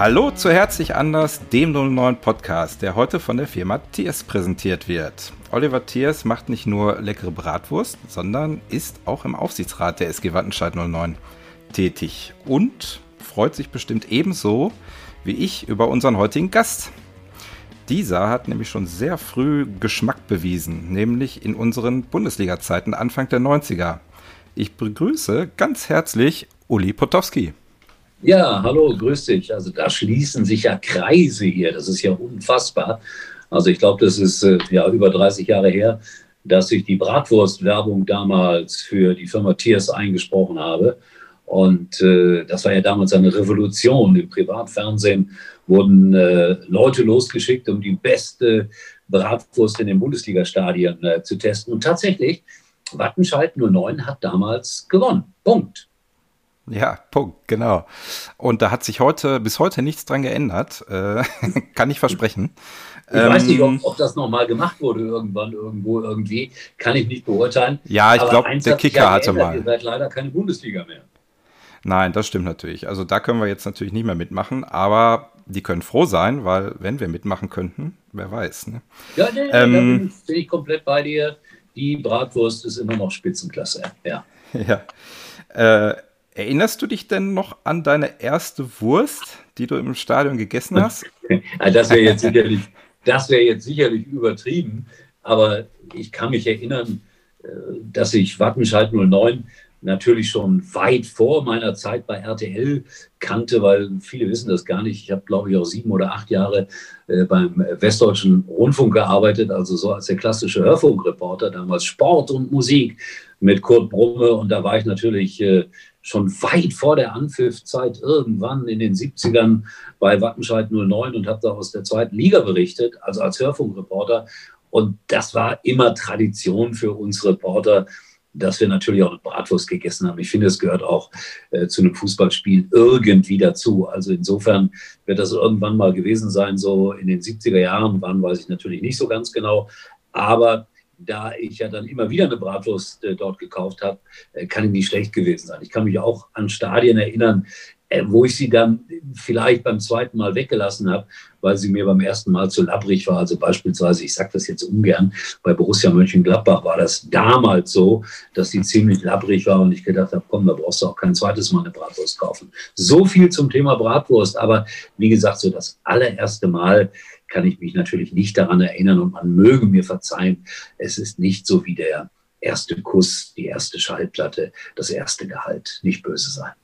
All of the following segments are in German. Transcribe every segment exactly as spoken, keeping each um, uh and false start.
Hallo zu Herzlich Anders, dem null neun Podcast, der heute von der Firma Thiers präsentiert wird. Oliver Thiers macht nicht nur leckere Bratwurst, sondern ist auch im Aufsichtsrat der S G Wattenscheid null neun tätig und freut sich bestimmt ebenso wie ich über unseren heutigen Gast. Dieser hat nämlich schon sehr früh Geschmack bewiesen, nämlich in unseren Bundesliga-Zeiten Anfang der neunziger. Ich begrüße ganz herzlich Uli Potowski. Ja, hallo, grüß dich. Also da schließen sich ja Kreise hier. Das ist ja unfassbar. Also ich glaube, das ist äh, ja über dreißig Jahre her, dass ich die Bratwurst-Werbung damals für die Firma Thiers eingesprochen habe. Und äh, das war ja damals eine Revolution. Im Privatfernsehen wurden äh, Leute losgeschickt, um die beste Bratwurst in den Bundesliga-Stadien äh, zu testen. Und tatsächlich, Wattenscheid null neun hat damals gewonnen. Punkt. Ja, Punkt, genau. Und da hat sich heute bis heute nichts dran geändert. Äh, kann ich versprechen. Ich ähm, weiß nicht, ob, ob das nochmal gemacht wurde irgendwann, irgendwo, irgendwie. Kann ich nicht beurteilen. Ja, ich glaube, der Kicker hatte mal. Ihr seid leider keine Bundesliga mehr. Nein, das stimmt natürlich. Also da können wir jetzt natürlich nicht mehr mitmachen, aber die können froh sein, weil wenn wir mitmachen könnten, wer weiß. Ne? Ja, nee, ähm, da bin ich, bin ich komplett bei dir. Die Bratwurst ist immer noch Spitzenklasse. Ja. Ja. Äh, erinnerst du dich denn noch an deine erste Wurst, die du im Stadion gegessen hast? Das wäre jetzt sicherlich, das wäre jetzt sicherlich übertrieben, aber ich kann mich erinnern, dass ich Wattenscheid null neun natürlich schon weit vor meiner Zeit bei R T L kannte, weil viele wissen das gar nicht. Ich habe, glaube ich, auch sieben oder acht Jahre äh, beim Westdeutschen Rundfunk gearbeitet, also so als der klassische Hörfunkreporter, damals Sport und Musik mit Kurt Brumme. Und da war ich natürlich äh, schon weit vor der Anpfiffzeit irgendwann in den siebzigern bei Wattenscheid null neun und habe da aus der zweiten Liga berichtet, also als Hörfunkreporter. Und das war immer Tradition für uns Reporter, dass wir natürlich auch eine Bratwurst gegessen haben. Ich finde, es gehört auch äh, zu einem Fußballspiel irgendwie dazu. Also insofern wird das irgendwann mal gewesen sein, so in den siebziger Jahren, wann weiß ich natürlich nicht so ganz genau. Aber da ich ja dann immer wieder eine Bratwurst äh, dort gekauft habe, äh, kann ich nicht schlecht gewesen sein. Ich kann mich auch an Stadien erinnern, äh, wo ich sie dann vielleicht beim zweiten Mal weggelassen habe, weil sie mir beim ersten Mal zu labbrig war. Also beispielsweise, ich sage das jetzt ungern, bei Borussia Mönchengladbach war das damals so, dass die ziemlich labbrig war und ich gedacht habe, komm, da brauchst du auch kein zweites Mal eine Bratwurst kaufen. So viel zum Thema Bratwurst, aber wie gesagt, so das allererste Mal kann ich mich natürlich nicht daran erinnern und man möge mir verzeihen, es ist nicht so wie der erste Kuss, die erste Schallplatte, das erste Gehalt, nicht böse sein.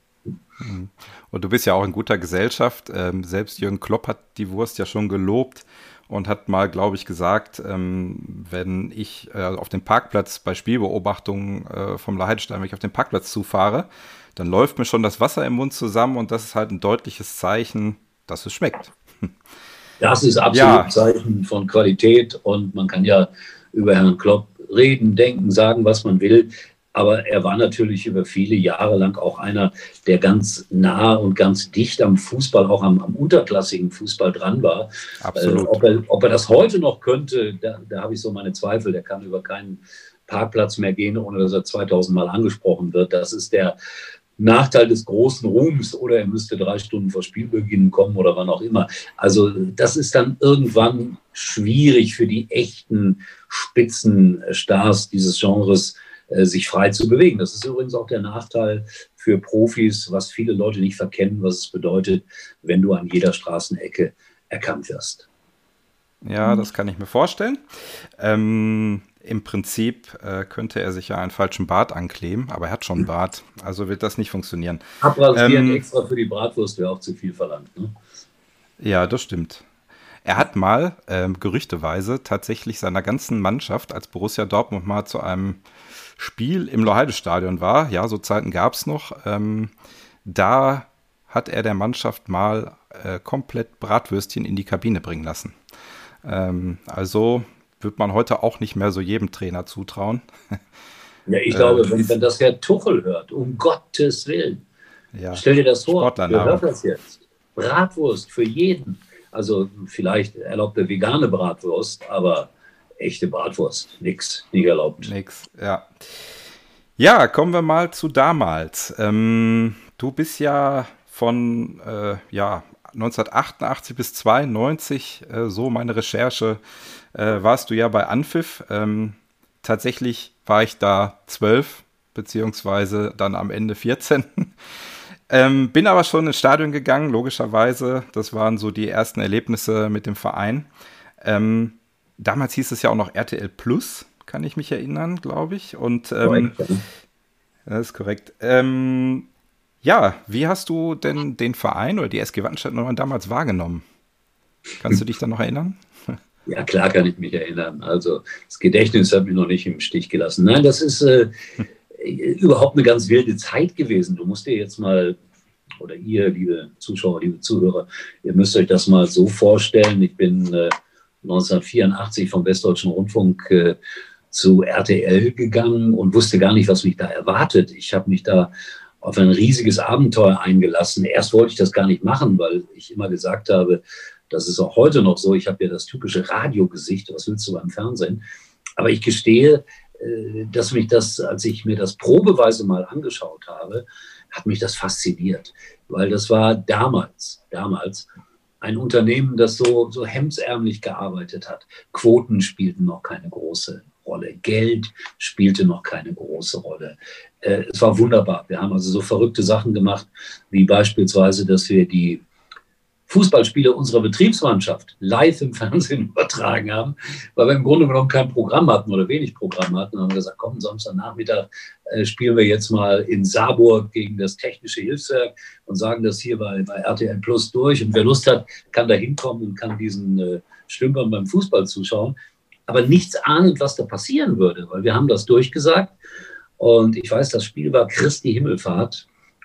Und du bist ja auch in guter Gesellschaft. Ähm, selbst Jürgen Klopp hat die Wurst ja schon gelobt und hat mal, glaube ich, gesagt, ähm, wenn ich äh, auf dem Parkplatz bei Spielbeobachtungen äh, vom Laheidenstein, wenn ich auf den Parkplatz zufahre, dann läuft mir schon das Wasser im Mund zusammen und das ist halt ein deutliches Zeichen, dass es schmeckt. Das ist absolut Ja. ein Zeichen von Qualität und man kann ja über Herrn Klopp reden, denken, sagen, was man will. Aber er war natürlich über viele Jahre lang auch einer, der ganz nah und ganz dicht am Fußball, auch am, am unterklassigen Fußball dran war. Absolut. Äh, ob, er, ob er das heute noch könnte, da, da habe ich so meine Zweifel. Der kann über keinen Parkplatz mehr gehen, ohne dass er zweitausend Mal angesprochen wird. Das ist der Nachteil des großen Ruhms, oder er müsste drei Stunden vor Spielbeginn kommen oder wann auch immer. Also das ist dann irgendwann schwierig für die echten Spitzenstars dieses Genres, sich frei zu bewegen. Das ist übrigens auch der Nachteil für Profis, was viele Leute nicht verkennen, was es bedeutet, wenn du an jeder Straßenecke erkannt wirst. Ja, das kann ich mir vorstellen. Ähm, im Prinzip äh, könnte er sich ja einen falschen Bart ankleben, aber er hat schon einen Bart, also wird das nicht funktionieren. Abrasieren ähm, extra für die Bratwurst wäre auch zu viel verlangt, ne? Ja, das stimmt. Er hat mal, ähm, gerüchteweise, tatsächlich seiner ganzen Mannschaft, als Borussia Dortmund mal zu einem Spiel im Loheide-Stadion war, ja, so Zeiten gab es noch, ähm, da hat er der Mannschaft mal äh, komplett Bratwürstchen in die Kabine bringen lassen. Ähm, also wird man heute auch nicht mehr so jedem Trainer zutrauen. Ja, ich glaube, äh, wenn, wenn das Herr Tuchel hört, um Gottes Willen, ja, stell dir das vor, Sportler, wer hört das jetzt? Bratwurst für jeden. Also vielleicht erlaubte vegane Bratwurst, aber echte Bratwurst, nix, nicht erlaubt. Nix, ja. Ja, kommen wir mal zu damals. Ähm, du bist ja von äh, ja, neunzehnhundertachtundachtzig bis zweiundneunzig, äh, so meine Recherche, äh, warst du ja bei Anpfiff. Ähm, tatsächlich war ich da zwölf, beziehungsweise dann am Ende vierzehn. ähm, bin aber schon ins Stadion gegangen, logischerweise. Das waren so die ersten Erlebnisse mit dem Verein. Ähm, damals hieß es ja auch noch R T L Plus, kann ich mich erinnern, glaube ich. Und ähm, Korrekt, ja. Das ist korrekt. Ähm, ja, wie hast du denn den Verein oder die S G Wattenscheid neun damals wahrgenommen? Kannst du dich da noch erinnern? Ja, klar kann ich mich erinnern. Also das Gedächtnis hat mich noch nicht im Stich gelassen. Nein, das ist äh, überhaupt eine ganz wilde Zeit gewesen. Du musst dir jetzt mal, oder ihr, liebe Zuschauer, liebe Zuhörer, ihr müsst euch das mal so vorstellen. Ich bin äh, neunzehnhundertvierundachtzig vom Westdeutschen Rundfunk äh, zu R T L gegangen und wusste gar nicht, was mich da erwartet. Ich habe mich da auf ein riesiges Abenteuer eingelassen. Erst wollte ich das gar nicht machen, weil ich immer gesagt habe, das ist auch heute noch so, ich habe ja das typische Radiogesicht, was willst du beim Fernsehen? Aber ich gestehe, dass mich das, als ich mir das probeweise mal angeschaut habe, hat mich das fasziniert. Weil das war damals, damals ein Unternehmen, das so, so hemdsärmlich gearbeitet hat. Quoten spielten noch keine große Rolle. Geld spielte noch keine große Rolle. Äh, es war wunderbar. Wir haben also so verrückte Sachen gemacht, wie beispielsweise, dass wir die Fußballspiele unserer Betriebsmannschaft live im Fernsehen übertragen haben, weil wir im Grunde genommen kein Programm hatten oder wenig Programm hatten. Und haben gesagt, komm, Samstagnachmittag äh, spielen wir jetzt mal in Saarburg gegen das Technische Hilfswerk und sagen das hier bei, bei R T L Plus durch. Und wer Lust hat, kann da hinkommen und kann diesen äh, Stümpern beim Fußball zuschauen. Aber nichts ahnend, was da passieren würde, weil wir haben das durchgesagt. Und ich weiß, das Spiel war Christi Himmelfahrt.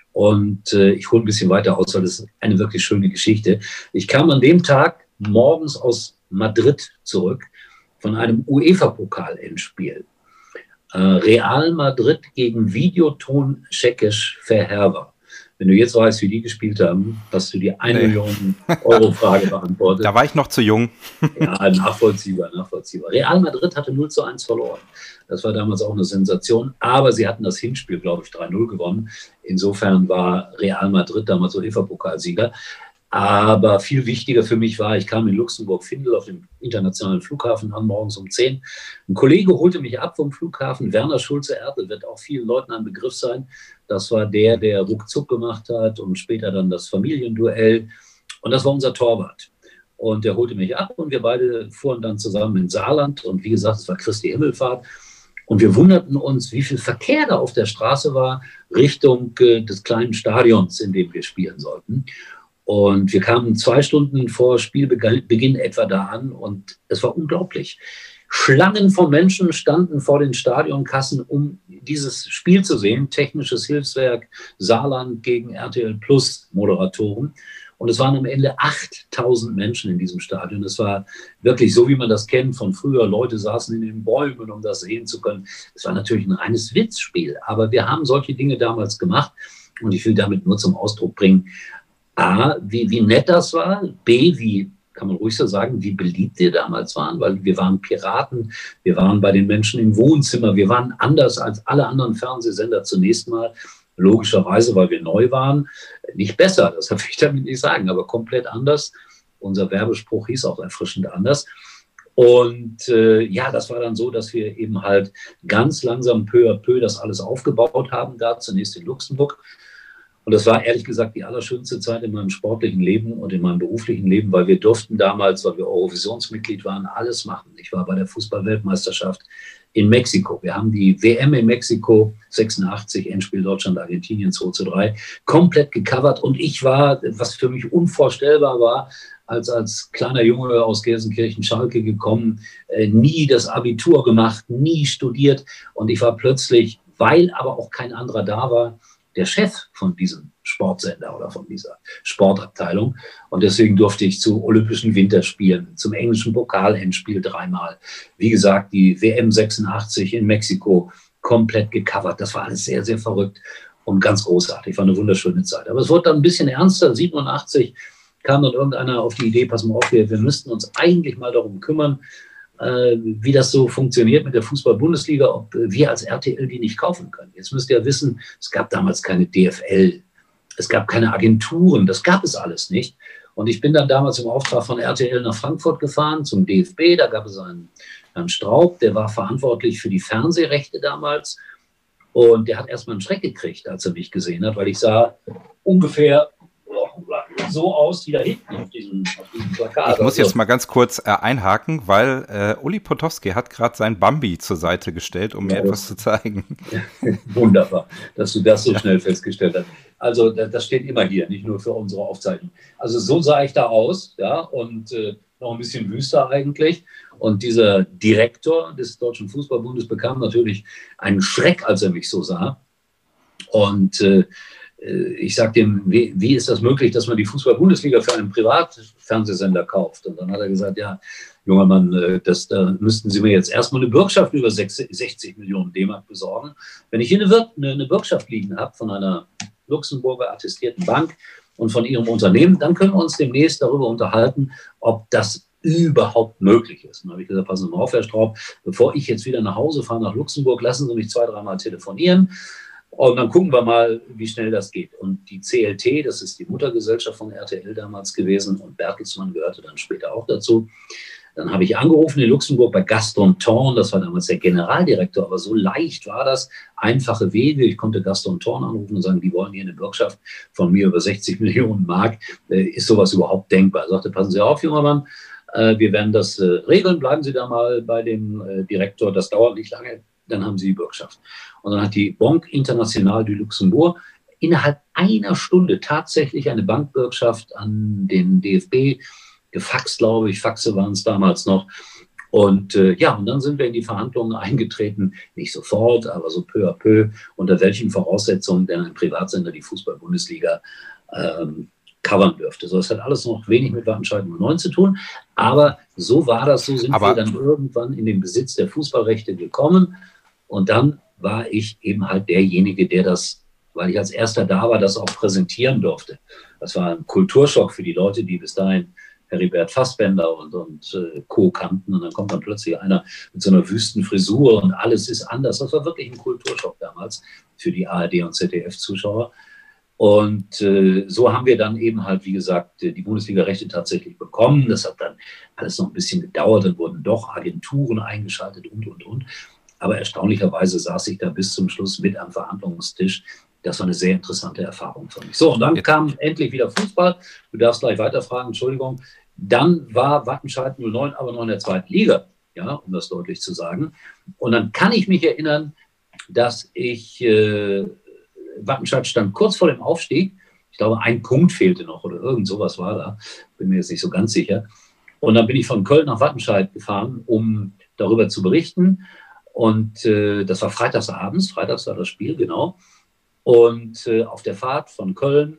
Und äh, ich hole ein bisschen weiter aus, weil das ist eine wirklich schöne Geschichte. Ich kam an dem Tag morgens aus Madrid zurück von einem UEFA-Pokal-Endspiel. Äh, Real Madrid gegen Videoton Szekes Verherber. Wenn du jetzt weißt, wie die gespielt haben, hast du die eine nee. Million Euro Frage beantwortet. Da war ich noch zu jung. Ja, nachvollziehbar, nachvollziehbar. Real Madrid hatte null zu eins verloren. Das war damals auch eine Sensation. Aber sie hatten das Hinspiel, glaube ich, drei null gewonnen. Insofern war Real Madrid damals UEFA-Pokalsieger. Aber viel wichtiger für mich war, ich kam in Luxemburg-Findel auf dem internationalen Flughafen an, morgens um zehn. Ein Kollege holte mich ab vom Flughafen, Werner Schulze-Erdl, wird auch vielen Leuten ein Begriff sein. Das war der, der Ruckzuck gemacht hat und später dann das Familienduell. Und das war unser Torwart. Und der holte mich ab und wir beide fuhren dann zusammen in Saarland. Und wie gesagt, es war Christi Himmelfahrt. Und wir wunderten uns, wie viel Verkehr da auf der Straße war, Richtung äh, des kleinen Stadions, in dem wir spielen sollten. Und wir kamen zwei Stunden vor Spielbeginn etwa da an und es war unglaublich. Schlangen von Menschen standen vor den Stadionkassen, um dieses Spiel zu sehen. Technisches Hilfswerk, Saarland gegen R T L Plus Moderatoren. Und es waren am Ende achttausend Menschen in diesem Stadion. Es war wirklich so, wie man das kennt von früher. Leute saßen in den Bäumen, um das sehen zu können. Es war natürlich ein reines Witzspiel. Aber wir haben solche Dinge damals gemacht. Und ich will damit nur zum Ausdruck bringen, A, wie, wie nett das war, B, wie, kann man ruhig so sagen, wie beliebt wir damals waren, weil wir waren Piraten, wir waren bei den Menschen im Wohnzimmer, wir waren anders als alle anderen Fernsehsender zunächst mal, logischerweise, weil wir neu waren, nicht besser, das darf ich damit nicht sagen, aber komplett anders. Unser Werbespruch hieß auch erfrischend anders. Und äh, ja, das war dann so, dass wir eben halt ganz langsam peu à peu das alles aufgebaut haben, da zunächst in Luxemburg. Und das war ehrlich gesagt die allerschönste Zeit in meinem sportlichen Leben und in meinem beruflichen Leben, weil wir durften damals, weil wir Eurovisionsmitglied waren, alles machen. Ich war bei der Fußball-Weltmeisterschaft in Mexiko. Wir haben die W M in Mexiko, sechsundachtzig, Endspiel Deutschland-Argentinien zwei zu drei, komplett gecovert. Und ich war, was für mich unvorstellbar war, als als kleiner Junge aus Gelsenkirchen-Schalke gekommen, äh, nie das Abitur gemacht, nie studiert. Und ich war plötzlich, weil aber auch kein anderer da war, der Chef von diesem Sportsender oder von dieser Sportabteilung. Und deswegen durfte ich zu Olympischen Winterspielen, zum englischen Pokalendspiel dreimal. Wie gesagt, die W M sechsundachtzig in Mexiko komplett gecovert. Das war alles sehr, sehr verrückt und ganz großartig. War eine wunderschöne Zeit. Aber es wurde dann ein bisschen ernster. siebenundachtzig kam dann irgendeiner auf die Idee, pass mal auf, wir, wir müssten uns eigentlich mal darum kümmern, wie das so funktioniert mit der Fußball-Bundesliga, ob wir als R T L die nicht kaufen können. Jetzt müsst ihr ja wissen, es gab damals keine D F L, es gab keine Agenturen, das gab es alles nicht. Und ich bin dann damals im Auftrag von R T L nach Frankfurt gefahren zum D F B. Da gab es einen Herrn Straub, der war verantwortlich für die Fernsehrechte damals. Und der hat erstmal einen Schreck gekriegt, als er mich gesehen hat, weil ich sah ungefähr so aus wie da hinten auf diesem, auf diesem Plakat. Ich muss jetzt mal ganz kurz äh, einhaken, weil äh, Uli Potowski hat gerade sein Bambi zur Seite gestellt, um ja, mir etwas zu zeigen. Wunderbar, dass du das so ja. schnell festgestellt hast. Also das, das steht immer hier, nicht nur für unsere Aufzeichnung. Also so sah ich da aus, ja, und äh, noch ein bisschen wüster eigentlich. Und dieser Direktor des Deutschen Fußballbundes bekam natürlich einen Schreck, als er mich so sah. Und äh, ich sagte ihm, wie, wie ist das möglich, dass man die Fußball-Bundesliga für einen Privatfernsehsender kauft? Und dann hat er gesagt, ja, junger Mann, das, da müssten Sie mir jetzt erstmal eine Bürgschaft über sechzig Millionen D-Mark besorgen. Wenn ich hier eine, eine, eine Bürgschaft liegen habe von einer Luxemburger attestierten Bank und von Ihrem Unternehmen, dann können wir uns demnächst darüber unterhalten, ob das überhaupt möglich ist. Und dann habe ich gesagt, passen Sie mal auf, Herr Straub, bevor ich jetzt wieder nach Hause fahre nach Luxemburg, lassen Sie mich zwei, dreimal telefonieren. Und dann gucken wir mal, wie schnell das geht. Und die C L T, das ist die Muttergesellschaft von R T L damals gewesen, und Bertelsmann gehörte dann später auch dazu. Dann habe ich angerufen in Luxemburg bei Gaston Thorn, das war damals der Generaldirektor, aber so leicht war das, einfache Wege. Ich konnte Gaston Thorn anrufen und sagen, die wollen hier eine Bürgschaft von mir über sechzig Millionen Mark. Ist sowas überhaupt denkbar? Er sagte, passen Sie auf, junger Mann, wir werden das regeln, bleiben Sie da mal bei dem Direktor, das dauert nicht lange. Dann haben sie die Bürgschaft. Und dann hat die Banque Internationale du Luxembourg innerhalb einer Stunde tatsächlich eine Bankbürgschaft an den D F B gefaxt, glaube ich. Faxe waren es damals noch. Und äh, ja, und dann sind wir in die Verhandlungen eingetreten. Nicht sofort, aber so peu à peu. Unter welchen Voraussetzungen denn ein Privatsender die Fußball-Bundesliga ähm, covern dürfte. So, das hat alles noch wenig mit Wattenscheid null neun zu tun. Aber so war das, so sind aber wir dann irgendwann in den Besitz der Fußballrechte gekommen. Und dann war ich eben halt derjenige, der das, weil ich als Erster da war, das auch präsentieren durfte. Das war ein Kulturschock für die Leute, die bis dahin Heribert Fassbender und, und äh, Co. kannten. Und dann kommt dann plötzlich einer mit so einer Wüstenfrisur und alles ist anders. Das war wirklich ein Kulturschock damals für die A R D- und Z D F-Zuschauer. Und äh, so haben wir dann eben halt, wie gesagt, die Bundesliga-Rechte tatsächlich bekommen. Das hat dann alles noch ein bisschen gedauert. Dann wurden doch Agenturen eingeschaltet und, und, und. Aber erstaunlicherweise saß ich da bis zum Schluss mit am Verhandlungstisch. Das war eine sehr interessante Erfahrung für mich. So, und dann kam endlich wieder Fußball. Du darfst gleich weiterfragen, Entschuldigung. Dann war Wattenscheid null neun aber noch in der zweiten Liga, ja, um das deutlich zu sagen. Und dann kann ich mich erinnern, dass ich, äh, Wattenscheid stand kurz vor dem Aufstieg. Ich glaube, ein Punkt fehlte noch oder irgend sowas war da. Bin mir jetzt nicht so ganz sicher. Und dann bin ich von Köln nach Wattenscheid gefahren, um darüber zu berichten. Und äh, das war freitagsabends, freitags war das Spiel, genau. Und äh, auf der Fahrt von Köln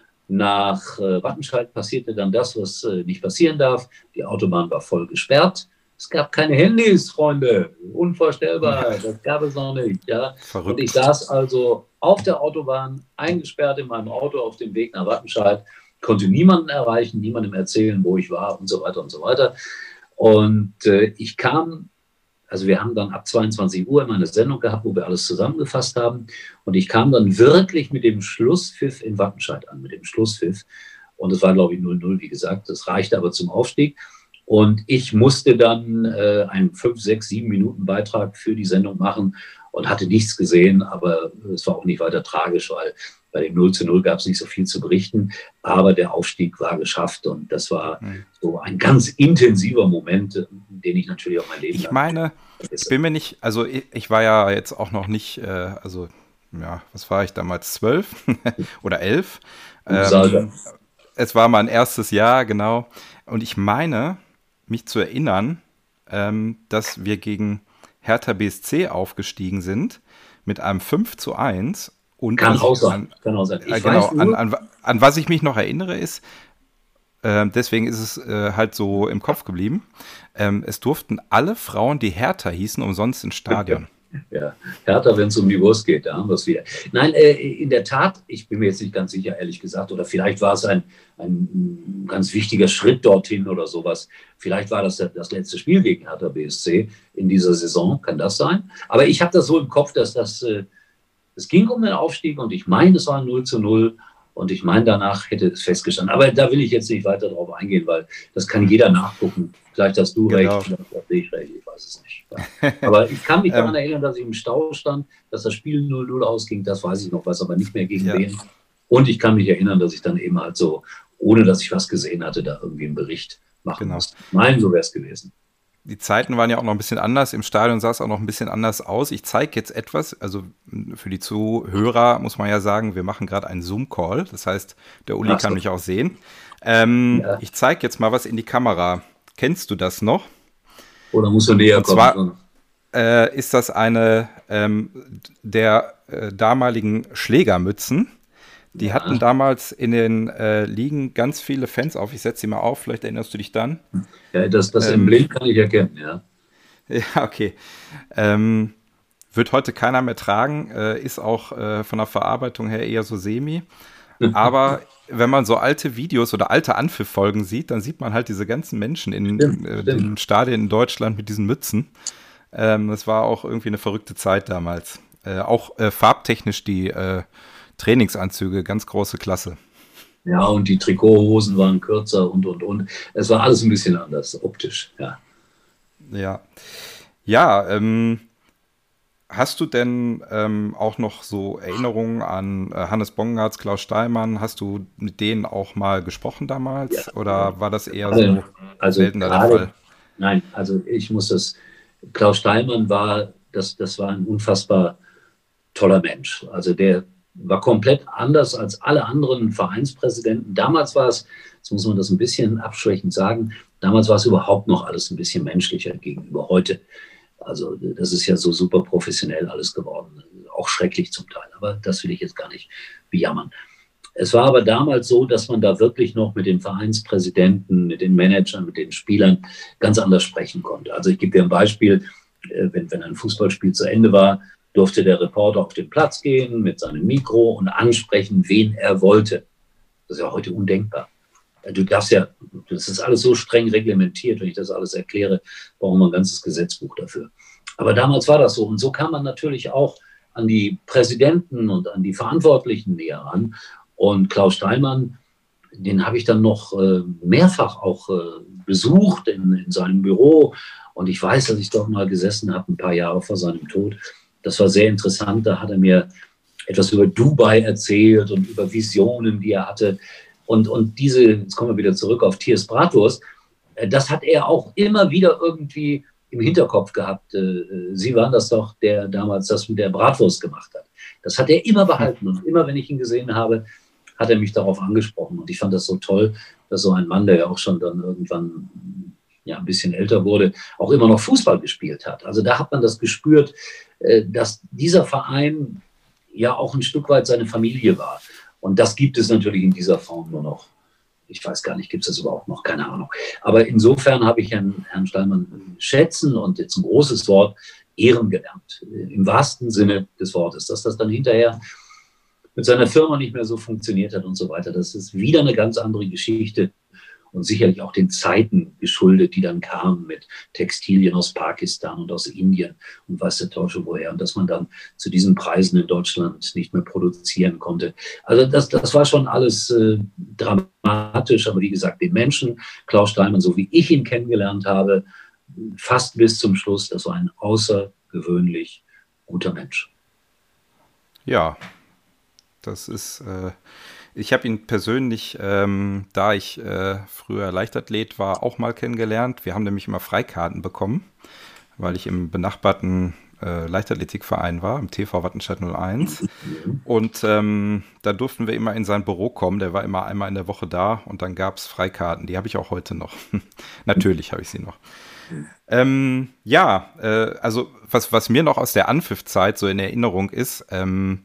nach äh, Wattenscheid passierte dann das, was äh, nicht passieren darf. Die Autobahn war voll gesperrt. Es gab keine Handys, Freunde. Unvorstellbar, das gab es noch nicht. Ja. Und ich saß also auf der Autobahn, eingesperrt in meinem Auto auf dem Weg nach Wattenscheid, konnte niemanden erreichen, niemandem erzählen, wo ich war und so weiter und so weiter. Und äh, ich kam, also wir haben dann ab zweiundzwanzig Uhr immer eine Sendung gehabt, wo wir alles zusammengefasst haben. Und ich kam dann wirklich mit dem Schlusspfiff in Wattenscheid an, mit dem Schlusspfiff. Und es war, glaube ich, null null, wie gesagt. Das reichte aber zum Aufstieg. Und ich musste dann äh, einen fünf, sechs, sieben Minuten Beitrag für die Sendung machen und hatte nichts gesehen. Aber es war auch nicht weiter tragisch, weil bei dem null zu null gab es nicht so viel zu berichten. Aber der Aufstieg war geschafft. Und das war mhm. so ein ganz intensiver Moment, den ich natürlich auch mein Leben lang Ich meine, ich bin mir nicht, also ich, ich war ja jetzt auch noch nicht, äh, also ja, was war ich damals, zwölf oder elf? Ähm, es war mein erstes Jahr, genau. Und ich meine, mich zu erinnern, ähm, dass wir gegen Hertha B S C aufgestiegen sind mit einem fünf zu eins. Und kann auch sein. Kann auch sein. Ich äh, genau, an, an, an was ich mich noch erinnere ist, äh, deswegen ist es äh, halt so im Kopf geblieben, ähm, es durften alle Frauen, die Hertha hießen, umsonst ins Stadion. Ja, Hertha, wenn es um die Wurst geht, da haben wir es wieder. Nein, äh, in der Tat, ich bin mir jetzt nicht ganz sicher, ehrlich gesagt, oder vielleicht war es ein, ein ganz wichtiger Schritt dorthin oder sowas. Vielleicht war das das letzte Spiel gegen Hertha B S C in dieser Saison, kann das sein? Aber ich habe das so im Kopf, dass das, äh, es ging um den Aufstieg und ich meine, es war null zu null Und ich meine, danach hätte es festgestanden. Aber da will ich jetzt nicht weiter drauf eingehen, weil das kann jeder nachgucken. Vielleicht hast du Genau. recht, vielleicht habe ich recht, ich weiß es nicht. Ja. Aber ich kann mich daran ähm, erinnern, dass ich im Stau stand, dass das Spiel null null ausging, das weiß ich noch, weiß aber nicht mehr gegen ja. wen. Und ich kann mich erinnern, dass ich dann eben halt so, ohne dass ich was gesehen hatte, da irgendwie einen Bericht machen Genau. musste. Nein, so wäre es gewesen. Die Zeiten waren ja auch noch ein bisschen anders. Im Stadion sah es auch noch ein bisschen anders aus. Ich zeige jetzt etwas, also für die Zuhörer muss man ja sagen, wir machen gerade einen Zoom-Call. Das heißt, der Uli Ach so. kann mich auch sehen. Ähm, Ja. Ich zeige jetzt mal was in die Kamera. Kennst du das noch? Oder musst du näher Und kommen? zwar äh, ist das eine ähm, der äh, damaligen Schlägermützen. Die Ja. hatten damals in den äh, Ligen ganz viele Fans auf. Ich setze sie mal auf, vielleicht erinnerst du dich dann. Ja, das, das Ähm, Emblem kann ich erkennen, ja. Ja, okay. Ähm, wird heute keiner mehr tragen, äh, ist auch äh, von der Verarbeitung her eher so semi. Aber wenn man so alte Videos oder alte Anpfiff-Folgen sieht, dann sieht man halt diese ganzen Menschen in Stimmt, äh, stimmt. den Stadien in Deutschland mit diesen Mützen. Ähm, das war auch irgendwie eine verrückte Zeit damals. Äh, auch äh, farbtechnisch die äh, Trainingsanzüge, ganz große Klasse. Ja, und die Trikothosen waren kürzer und, und, und. Es war alles ein bisschen anders, optisch, ja. Ja, ja. Ähm, hast du denn ähm, auch noch so Erinnerungen an äh, Hannes Bongartz, Klaus Steinmann? Hast du mit denen auch mal gesprochen damals? Ja. Oder war das eher Also, so also seltener der gerade, Fall? nein, also ich muss das, Klaus Steinmann war, das, das war ein unfassbar toller Mensch. Also der war komplett anders als alle anderen Vereinspräsidenten. Damals war es, jetzt muss man das ein bisschen abschwächend sagen, damals war es überhaupt noch alles ein bisschen menschlicher gegenüber heute. Also das ist ja so super professionell alles geworden, auch schrecklich zum Teil, aber das will ich jetzt gar nicht bejammern. Es war aber damals so, dass man da wirklich noch mit den Vereinspräsidenten, mit den Managern, mit den Spielern ganz anders sprechen konnte. Also ich gebe dir ein Beispiel, wenn, wenn ein Fußballspiel zu Ende war, durfte der Reporter auf den Platz gehen mit seinem Mikro und ansprechen, wen er wollte. Das ist ja heute undenkbar. Du darfst ja, das ist alles so streng reglementiert, wenn ich das alles erkläre, brauchen wir ein ganzes Gesetzbuch dafür. Aber damals war das so. Und so kam man natürlich auch an die Präsidenten und an die Verantwortlichen näher ran. Und Klaus Steinmann, den habe ich dann noch äh, mehrfach auch äh, besucht in, in seinem Büro. Und ich weiß, dass ich dort mal gesessen habe, ein paar Jahre vor seinem Tod. Das war sehr interessant. Da hat er mir etwas über Dubai erzählt und über Visionen, die er hatte. Und, und diese, jetzt kommen wir wieder zurück auf Thiers Bratwurst, das hat er auch immer wieder irgendwie im Hinterkopf gehabt. Sie waren das doch, der damals das mit der Bratwurst gemacht hat. Das hat er immer behalten. Und immer, wenn ich ihn gesehen habe, hat er mich darauf angesprochen. Und ich fand das so toll, dass so ein Mann, der ja auch schon dann irgendwann ja, ein bisschen älter wurde, auch immer noch Fußball gespielt hat. Also da hat man das gespürt, dass dieser Verein ja auch ein Stück weit seine Familie war. Und das gibt es natürlich in dieser Form nur noch. Ich weiß gar nicht, gibt es das überhaupt noch? Keine Ahnung. Aber insofern habe ich Herrn, Herrn Steinmann schätzen und jetzt ein großes Wort, ehren gelernt. Im wahrsten Sinne des Wortes. Dass das dann hinterher mit seiner Firma nicht mehr so funktioniert hat und so weiter. Das ist wieder eine ganz andere Geschichte. Und sicherlich auch den Zeiten geschuldet, die dann kamen mit Textilien aus Pakistan und aus Indien und weiß der Teufel woher. Und dass man dann zu diesen Preisen in Deutschland nicht mehr produzieren konnte. Also das, das war schon alles äh, dramatisch. Aber wie gesagt, den Menschen, Klaus Steinmann, so wie ich ihn kennengelernt habe, fast bis zum Schluss, das war ein außergewöhnlich guter Mensch. Ja, das ist... Äh Ich habe ihn persönlich, ähm, da ich äh, früher Leichtathlet war, auch mal kennengelernt. Wir haben nämlich immer Freikarten bekommen, weil ich im benachbarten äh, Leichtathletikverein war, im T V Wattenscheid null eins. Und ähm, da durften wir immer in sein Büro kommen. Der war immer einmal in der Woche da und dann gab es Freikarten. Die habe ich auch heute noch. Natürlich habe ich sie noch. Ähm, ja, äh, also was, was mir noch aus der Anpfiffzeit so in Erinnerung ist, ähm,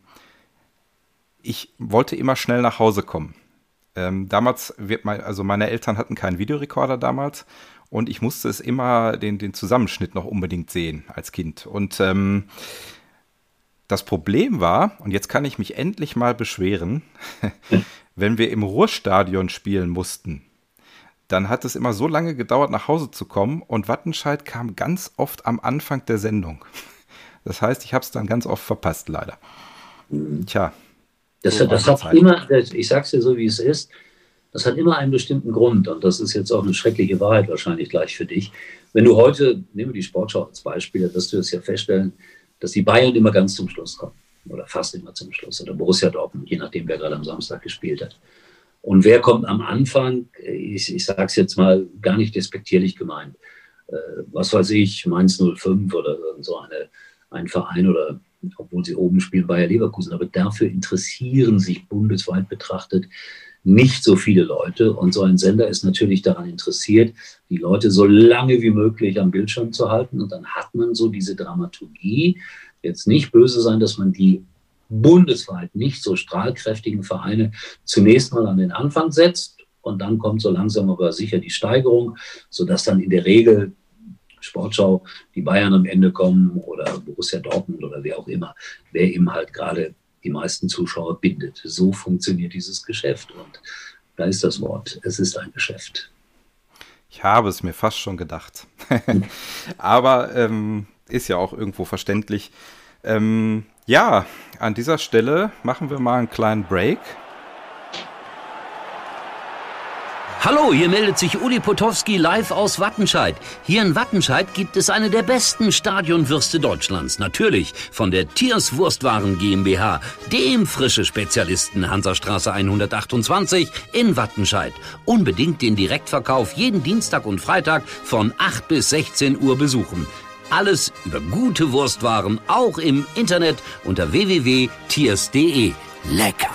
ich wollte immer schnell nach Hause kommen. Ähm, damals, wird mein, also meine Eltern hatten keinen Videorekorder damals und ich musste es immer, den, den Zusammenschnitt noch unbedingt sehen als Kind. Und ähm, das Problem war, und jetzt kann ich mich endlich mal beschweren, wenn wir im Ruhrstadion spielen mussten, dann hat es immer so lange gedauert, nach Hause zu kommen und Wattenscheid kam ganz oft am Anfang der Sendung. Das heißt, ich habe es dann ganz oft verpasst, leider. Tja. Das, so das hat Zeit. immer, ich sag's dir so, wie es ist, das hat immer einen bestimmten Grund. Und das ist jetzt auch eine schreckliche Wahrheit wahrscheinlich gleich für dich. Wenn du heute, nehmen wir die Sportschau als Beispiel, dann wirst du es ja feststellen, dass die Bayern immer ganz zum Schluss kommen. Oder fast immer zum Schluss. Oder Borussia Dortmund, je nachdem, wer gerade am Samstag gespielt hat. Und wer kommt am Anfang? Ich, ich sage es jetzt mal gar nicht despektierlich gemeint. Äh, was weiß ich, Mainz null fünf oder so eine, ein Verein oder obwohl sie oben spielen, Bayer Leverkusen. Aber dafür interessieren sich bundesweit betrachtet nicht so viele Leute. Und so ein Sender ist natürlich daran interessiert, die Leute so lange wie möglich am Bildschirm zu halten. Und dann hat man so diese Dramaturgie. Jetzt nicht böse sein, dass man die bundesweit nicht so strahlkräftigen Vereine zunächst mal an den Anfang setzt. Und dann kommt so langsam aber sicher die Steigerung, sodass dann in der Regel Sportschau die Bayern am Ende kommen oder Borussia Dortmund oder wer auch immer, wer eben halt gerade die meisten Zuschauer bindet. So funktioniert dieses Geschäft. Und da ist das Wort. Es ist ein Geschäft. Ich habe es mir fast schon gedacht. Aber ähm, ist ja auch irgendwo verständlich. Ähm, ja, an dieser Stelle machen wir mal einen kleinen Break. Hallo, hier meldet sich Uli Potowski live aus Wattenscheid. Hier in Wattenscheid gibt es eine der besten Stadionwürste Deutschlands. Natürlich von der Thiers Wurstwaren GmbH, dem frische Spezialisten Hansastraße hundertachtundzwanzig in Wattenscheid. Unbedingt den Direktverkauf jeden Dienstag und Freitag von acht bis sechzehn Uhr besuchen. Alles über gute Wurstwaren, auch im Internet unter w w w punkt thiers punkt de. Lecker!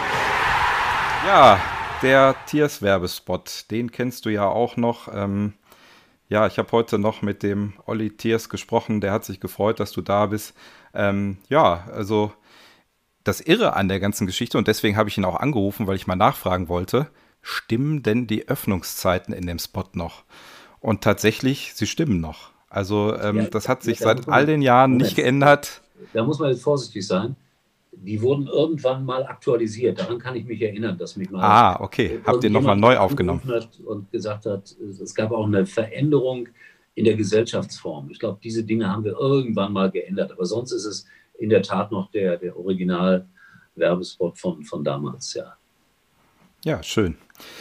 Ja, der Thiers-Werbespot, den kennst du ja auch noch. Ähm, ja, ich habe heute noch mit dem Olli Thiers gesprochen, der hat sich gefreut, dass du da bist. Ähm, ja, also das Irre an der ganzen Geschichte, und deswegen habe ich ihn auch angerufen, weil ich mal nachfragen wollte, stimmen denn die Öffnungszeiten in dem Spot noch? Und tatsächlich, sie stimmen noch. Also ähm, ja, das hat sich ja, seit all den Jahren Moment, nicht geändert. Da muss man jetzt vorsichtig sein. Die wurden irgendwann mal aktualisiert. Daran kann ich mich erinnern, dass mich mal... Ah, okay. Habt ihr nochmal neu aufgenommen? Hat und gesagt hat, es gab auch eine Veränderung in der Gesellschaftsform. Ich glaube, diese Dinge haben wir irgendwann mal geändert. Aber sonst ist es in der Tat noch der, der Original-Werbespot von, von damals, ja. Ja, schön.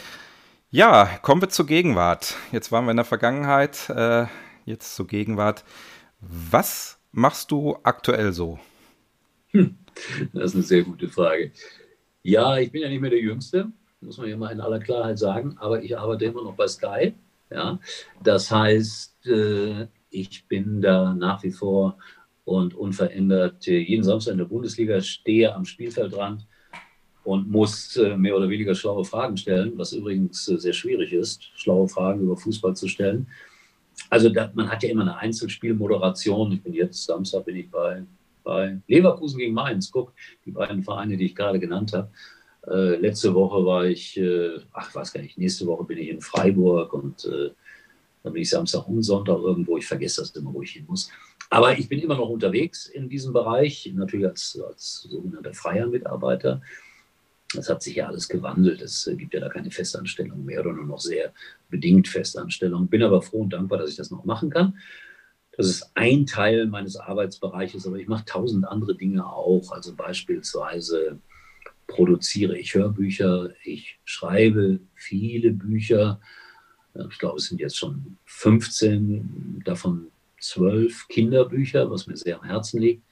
Ja, kommen wir zur Gegenwart. Jetzt waren wir in der Vergangenheit, äh, jetzt zur Gegenwart. Was machst du aktuell so? Hm. Das ist eine sehr gute Frage. Ja, ich bin ja nicht mehr der Jüngste, muss man ja mal in aller Klarheit sagen, aber ich arbeite immer noch bei Sky. Ja. Das heißt, ich bin da nach wie vor und unverändert jeden Samstag in der Bundesliga, stehe am Spielfeldrand und muss mehr oder weniger schlaue Fragen stellen, was übrigens sehr schwierig ist, schlaue Fragen über Fußball zu stellen. Also da, man hat ja immer eine Einzelspielmoderation. Ich bin jetzt, Samstag bin ich bei bei Leverkusen gegen Mainz. Guck, die beiden Vereine, die ich gerade genannt habe. Äh, letzte Woche war ich, äh, ach, ich weiß gar nicht, nächste Woche bin ich in Freiburg und äh, dann bin ich Samstag und Sonntag irgendwo. Ich vergesse das immer, wo ich hin muss. Aber ich bin immer noch unterwegs in diesem Bereich, natürlich als, als sogenannter freier Mitarbeiter. Das hat sich ja alles gewandelt. Es gibt ja da keine Festanstellung mehr oder nur noch sehr bedingt Festanstellung. Bin aber froh und dankbar, dass ich das noch machen kann. Das ist ein Teil meines Arbeitsbereiches, aber ich mache tausend andere Dinge auch. Also beispielsweise produziere ich Hörbücher, ich schreibe viele Bücher. Ich glaube, es sind jetzt schon fünfzehn, davon zwölf Kinderbücher, was mir sehr am Herzen liegt.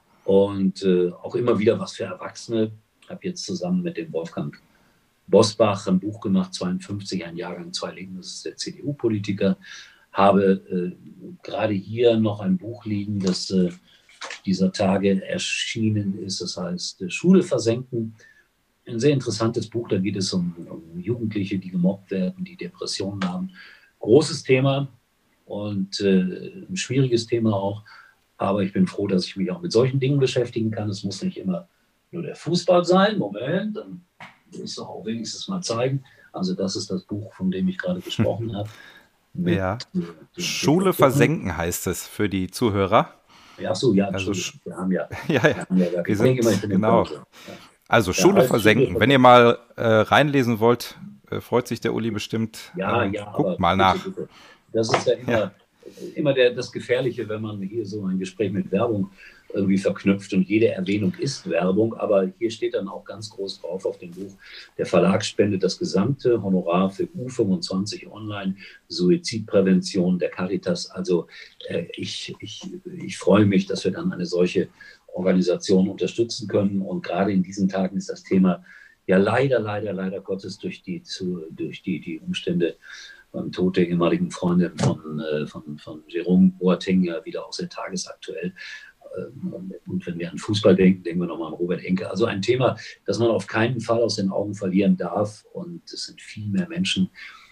Und äh, auch immer wieder was für Erwachsene. Ich habe jetzt zusammen mit dem Wolfgang Bosbach ein Buch gemacht, zweiundfünfzig, ein Jahrgang, zwei Leben, das ist der C D U-Politiker. Habe äh, gerade hier noch ein Buch liegen, das äh, dieser Tage erschienen ist. Das heißt äh, Schule versenken. Ein sehr interessantes Buch. Da geht es um, um Jugendliche, die gemobbt werden, die Depressionen haben. Großes Thema und äh, ein schwieriges Thema auch. Aber ich bin froh, dass ich mich auch mit solchen Dingen beschäftigen kann. Es muss nicht immer nur der Fußball sein. Moment, dann will ich es doch auch wenigstens mal zeigen. Also das ist das Buch, von dem ich gerade gesprochen habe. Mit, ja. Äh, Schule versenken heißt es für die Zuhörer. Ja, so, ja, also, wir haben ja, ja, ja. Wir, haben ja wir sind, immer, genau. Ja. Also Schule ja, also versenken. Schule Wenn ihr mal äh, reinlesen wollt, äh, freut sich der Uli bestimmt. Ja, ähm, ja. Guckt mal nach. Bitte, bitte. Das ist ja immer, ja. immer der, das Gefährliche, wenn man hier so ein Gespräch mit Werbung irgendwie verknüpft und jede Erwähnung ist Werbung, aber hier steht dann auch ganz groß drauf auf dem Buch, der Verlag spendet das gesamte Honorar für U fünfundzwanzig Online, Suizidprävention der Caritas. Also äh, ich, ich, ich freue mich, dass wir dann eine solche Organisation unterstützen können und gerade in diesen Tagen ist das Thema ja leider, leider, leider Gottes durch die, zu, durch die, die Umstände beim Tod der ehemaligen Freundin von, äh, von, von Jerome Boateng ja wieder auch sehr tagesaktuell. Und wenn wir an Fußball denken, denken wir nochmal an Robert Enke. Also ein Thema, das man auf keinen Fall aus den Augen verlieren darf. Und es sind viel mehr Menschen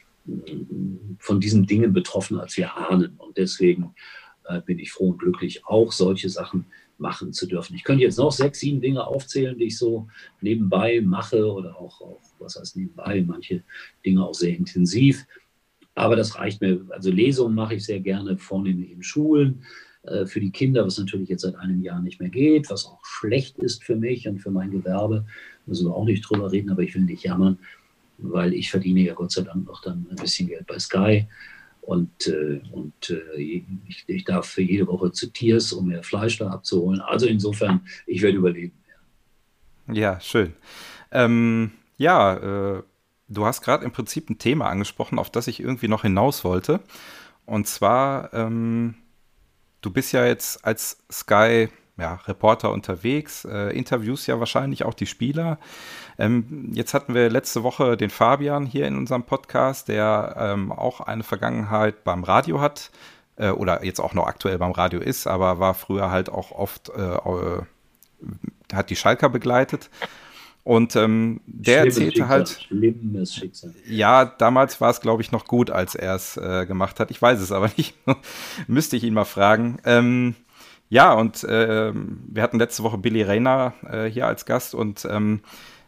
von diesen Dingen betroffen, als wir ahnen. Und deswegen äh, bin ich froh und glücklich, auch solche Sachen machen zu dürfen. Ich könnte jetzt noch sechs, sieben Dinge aufzählen, die ich so nebenbei mache oder auch, auch was heißt nebenbei, manche Dinge auch sehr intensiv. Aber das reicht mir. Also Lesungen mache ich sehr gerne, vornehmlich in Schulen. Für die Kinder, was natürlich jetzt seit einem Jahr nicht mehr geht, was auch schlecht ist für mich und für mein Gewerbe, müssen wir auch nicht drüber reden, aber ich will nicht jammern, weil ich verdiene ja Gott sei Dank noch dann ein bisschen Geld bei Sky und, äh, und äh, ich, ich darf für jede Woche zu Tiers, um mir Fleisch da abzuholen. Also insofern, ich werde überleben. Ja, ja, schön. Ähm, ja, äh, du hast gerade im Prinzip ein Thema angesprochen, auf das ich irgendwie noch hinaus wollte. Und zwar ähm, du bist ja jetzt als Sky-Reporter ja, unterwegs, äh, interviewst ja wahrscheinlich auch die Spieler. Ähm, jetzt hatten wir letzte Woche den Fabian hier in unserem Podcast, der ähm, auch eine Vergangenheit beim Radio hat äh, oder jetzt auch noch aktuell beim Radio ist, aber war früher halt auch oft, äh, hat die Schalker begleitet. Und ähm, der Schlimmes erzählte Schicksal, halt, schlimmes Schicksal. Ja, damals war es, glaube ich, noch gut, als er es äh, gemacht hat. Ich weiß es aber nicht. Müsste ich ihn mal fragen. Ähm, ja, und äh, wir hatten letzte Woche Billy Rayner äh, hier als Gast. Und ähm,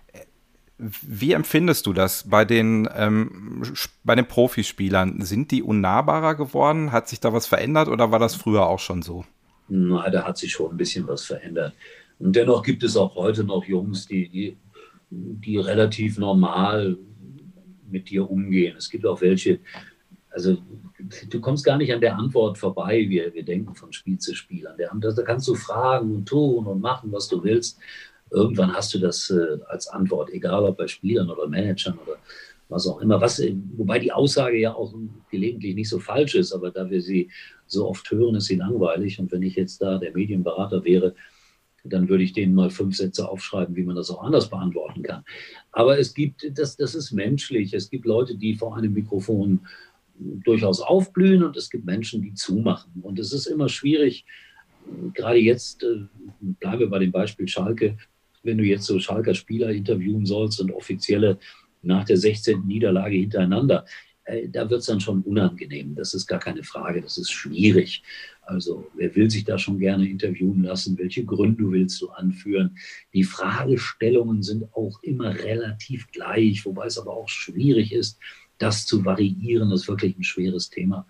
wie empfindest du das bei den, ähm, bei den Profispielern? Sind die unnahbarer geworden? Hat sich da was verändert oder war das früher auch schon so? Na, da hat sich schon ein bisschen was verändert. Und dennoch gibt es auch heute noch Jungs, die, die die relativ normal mit dir umgehen. Es gibt auch welche, also du kommst gar nicht an der Antwort vorbei, wir, wir denken von Spiel zu Spiel. An der, da kannst du fragen und tun und machen, was du willst. Irgendwann hast du das äh, als Antwort, egal ob bei Spielern oder Managern oder was auch immer. Was, wobei die Aussage ja auch gelegentlich nicht so falsch ist, aber da wir sie so oft hören, ist sie langweilig. Und wenn ich jetzt da der Medienberater wäre, dann würde ich denen mal fünf Sätze aufschreiben, wie man das auch anders beantworten kann. Aber es gibt, das, das ist menschlich. Es gibt Leute, die vor einem Mikrofon durchaus aufblühen und es gibt Menschen, die zumachen. Und es ist immer schwierig, gerade jetzt, bleiben wir bei dem Beispiel Schalke, wenn du jetzt so Schalker Spieler interviewen sollst und offizielle nach der sechzehnten Niederlage hintereinander, da wird es dann schon unangenehm. Das ist gar keine Frage, das ist schwierig. Also wer will sich da schon gerne interviewen lassen? Welche Gründe willst du anführen? Die Fragestellungen sind auch immer relativ gleich, wobei es aber auch schwierig ist, das zu variieren. Das ist wirklich ein schweres Thema.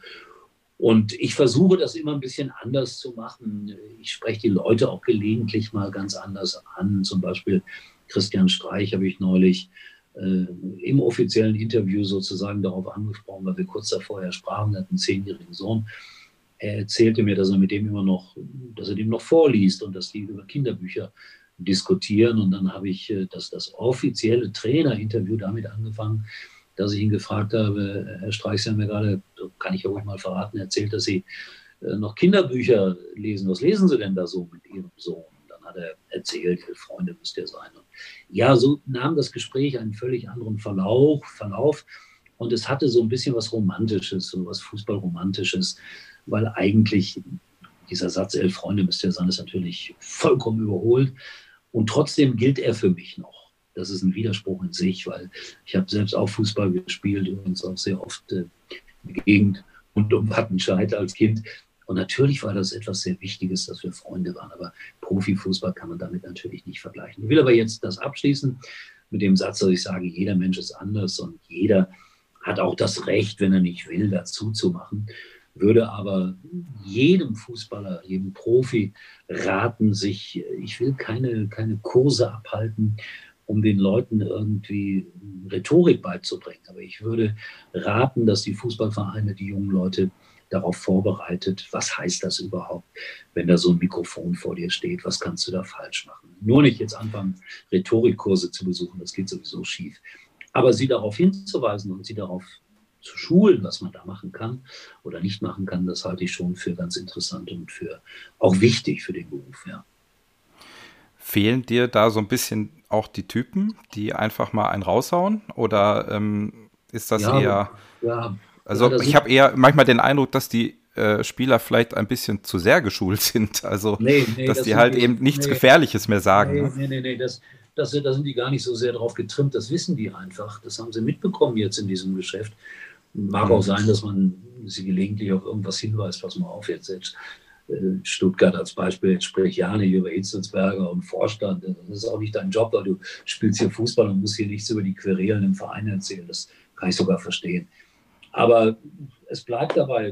Und ich versuche das immer ein bisschen anders zu machen. Ich spreche die Leute auch gelegentlich mal ganz anders an. Zum Beispiel Christian Streich habe ich neulich äh, im offiziellen Interview sozusagen darauf angesprochen, weil wir kurz davor ja sprachen, er hat einen zehnjährigen Sohn. Er erzählte mir, dass er mit dem immer noch, dass er dem noch vorliest und dass die über Kinderbücher diskutieren. Und dann habe ich das, das offizielle Trainerinterview damit angefangen, dass ich ihn gefragt habe, Herr Streich, Sie haben mir gerade, kann ich ja ruhig mal verraten, erzählt, dass Sie noch Kinderbücher lesen. Was lesen Sie denn da so mit Ihrem Sohn? Und dann hat er erzählt, Elf Freunde müsste er sein. Und ja, so nahm das Gespräch einen völlig anderen Verlauf, Verlauf. Und es hatte so ein bisschen was Romantisches, so was Fußballromantisches, weil eigentlich dieser Satz, elf Freunde müsste ja sein, ist natürlich vollkommen überholt. Und trotzdem gilt er für mich noch. Das ist ein Widerspruch in sich, weil ich habe selbst auch Fußball gespielt, übrigens auch sehr oft äh, in der Gegend und um Wattenscheid als Kind. Und natürlich war das etwas sehr Wichtiges, dass wir Freunde waren. Aber Profifußball kann man damit natürlich nicht vergleichen. Ich will aber jetzt das abschließen mit dem Satz, dass ich sage, jeder Mensch ist anders und jeder hat auch das Recht, wenn er nicht will, dazu zu machen. Würde aber jedem Fußballer, jedem Profi raten, sich, ich will keine, keine Kurse abhalten, um den Leuten irgendwie Rhetorik beizubringen. Aber ich würde raten, dass die Fußballvereine die jungen Leute darauf vorbereitet, was heißt das überhaupt, wenn da so ein Mikrofon vor dir steht, was kannst du da falsch machen. Nur nicht jetzt anfangen, Rhetorikkurse zu besuchen, das geht sowieso schief. Aber sie darauf hinzuweisen und sie darauf zu schulen, was man da machen kann oder nicht machen kann, das halte ich schon für ganz interessant und für auch wichtig für den Beruf, ja. Fehlen dir da so ein bisschen auch die Typen, die einfach mal einen raushauen? Oder ähm, ist das ja, eher... Ja, also ja, ich habe eher manchmal den Eindruck, dass die äh, Spieler vielleicht ein bisschen zu sehr geschult sind. Also nee, nee, dass das die halt die, eben nichts nee, Gefährliches mehr sagen. Nee, ne? nee, nee, nee, das, das, da sind die gar nicht so sehr drauf getrimmt. Das wissen die einfach. Das haben sie mitbekommen jetzt in diesem Geschäft. Mag auch sein, dass man sie gelegentlich auf irgendwas hinweist, pass mal auf, jetzt selbst Stuttgart als Beispiel, jetzt sprich ja nicht über Hitzelsberger und Vorstand. Das ist auch nicht dein Job, weil du spielst hier Fußball und musst hier nichts über die Querelen im Verein erzählen. Das kann ich sogar verstehen. Aber es bleibt dabei.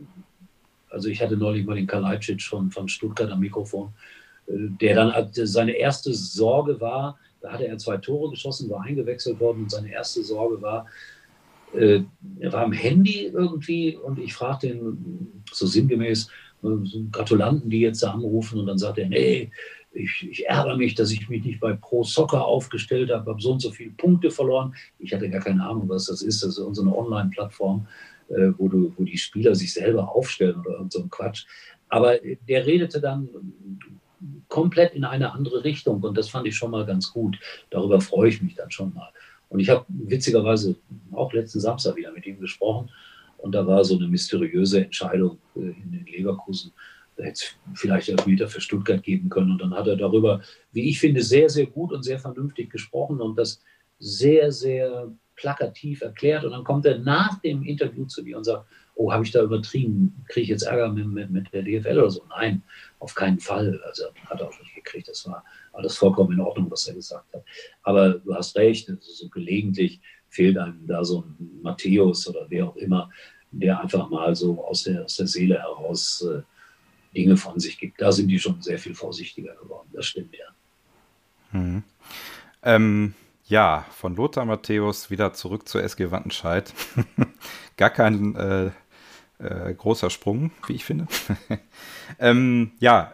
Also ich hatte neulich mal den Kalajdzic von, von Stuttgart am Mikrofon, der dann seine erste Sorge war, da hatte er zwei Tore geschossen, war eingewechselt worden und seine erste Sorge war, äh, er war am Handy irgendwie und ich fragte ihn so sinngemäß, so Gratulanten, die jetzt da anrufen und dann sagt er, nee, ich, ich ärgere mich, dass ich mich nicht bei Pro Soccer aufgestellt habe, habe so und so viele Punkte verloren. Ich hatte gar keine Ahnung, was das ist. Das ist unsere Online-Plattform, äh, wo, du, wo die Spieler sich selber aufstellen oder irgend so ein Quatsch. Aber der redete dann komplett in eine andere Richtung und das fand ich schon mal ganz gut. Darüber freue ich mich dann schon mal. Und ich habe witzigerweise auch letzten Samstag wieder mit ihm gesprochen. Und da war so eine mysteriöse Entscheidung in den Leverkusen. Da hätte es vielleicht Elfmeter für Stuttgart geben können. Und dann hat er darüber, wie ich finde, sehr, sehr gut und sehr vernünftig gesprochen und das sehr, sehr plakativ erklärt. Und dann kommt er nach dem Interview zu mir und sagt, oh, habe ich da übertrieben? Kriege ich jetzt Ärger mit, mit, mit der D F L oder so? Nein, auf keinen Fall. Also hat er auch nicht gekriegt. Das war alles vollkommen in Ordnung, was er gesagt hat. Aber du hast recht, also so gelegentlich fehlt einem da so ein Matthäus oder wer auch immer, der einfach mal so aus der, aus der Seele heraus äh, Dinge von sich gibt. Da sind die schon sehr viel vorsichtiger geworden. Das stimmt, ja. Mhm. Ähm, ja, von Lothar Matthäus wieder zurück zur S G Wattenscheid. Gar kein äh, äh, großer Sprung, wie ich finde. ähm, ja,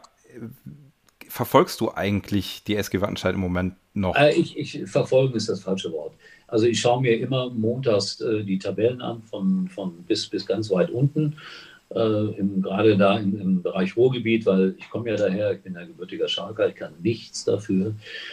verfolgst du eigentlich die S G Wattenscheid im Moment noch? Äh, ich, ich verfolgen ist das falsche Wort. Also ich schaue mir immer montags äh, die Tabellen an, von, von bis, bis ganz weit unten, äh, im, gerade da im, im Bereich Ruhrgebiet, weil ich komme ja daher, ich bin ja gebürtiger Schalker, ich kann nichts dafür.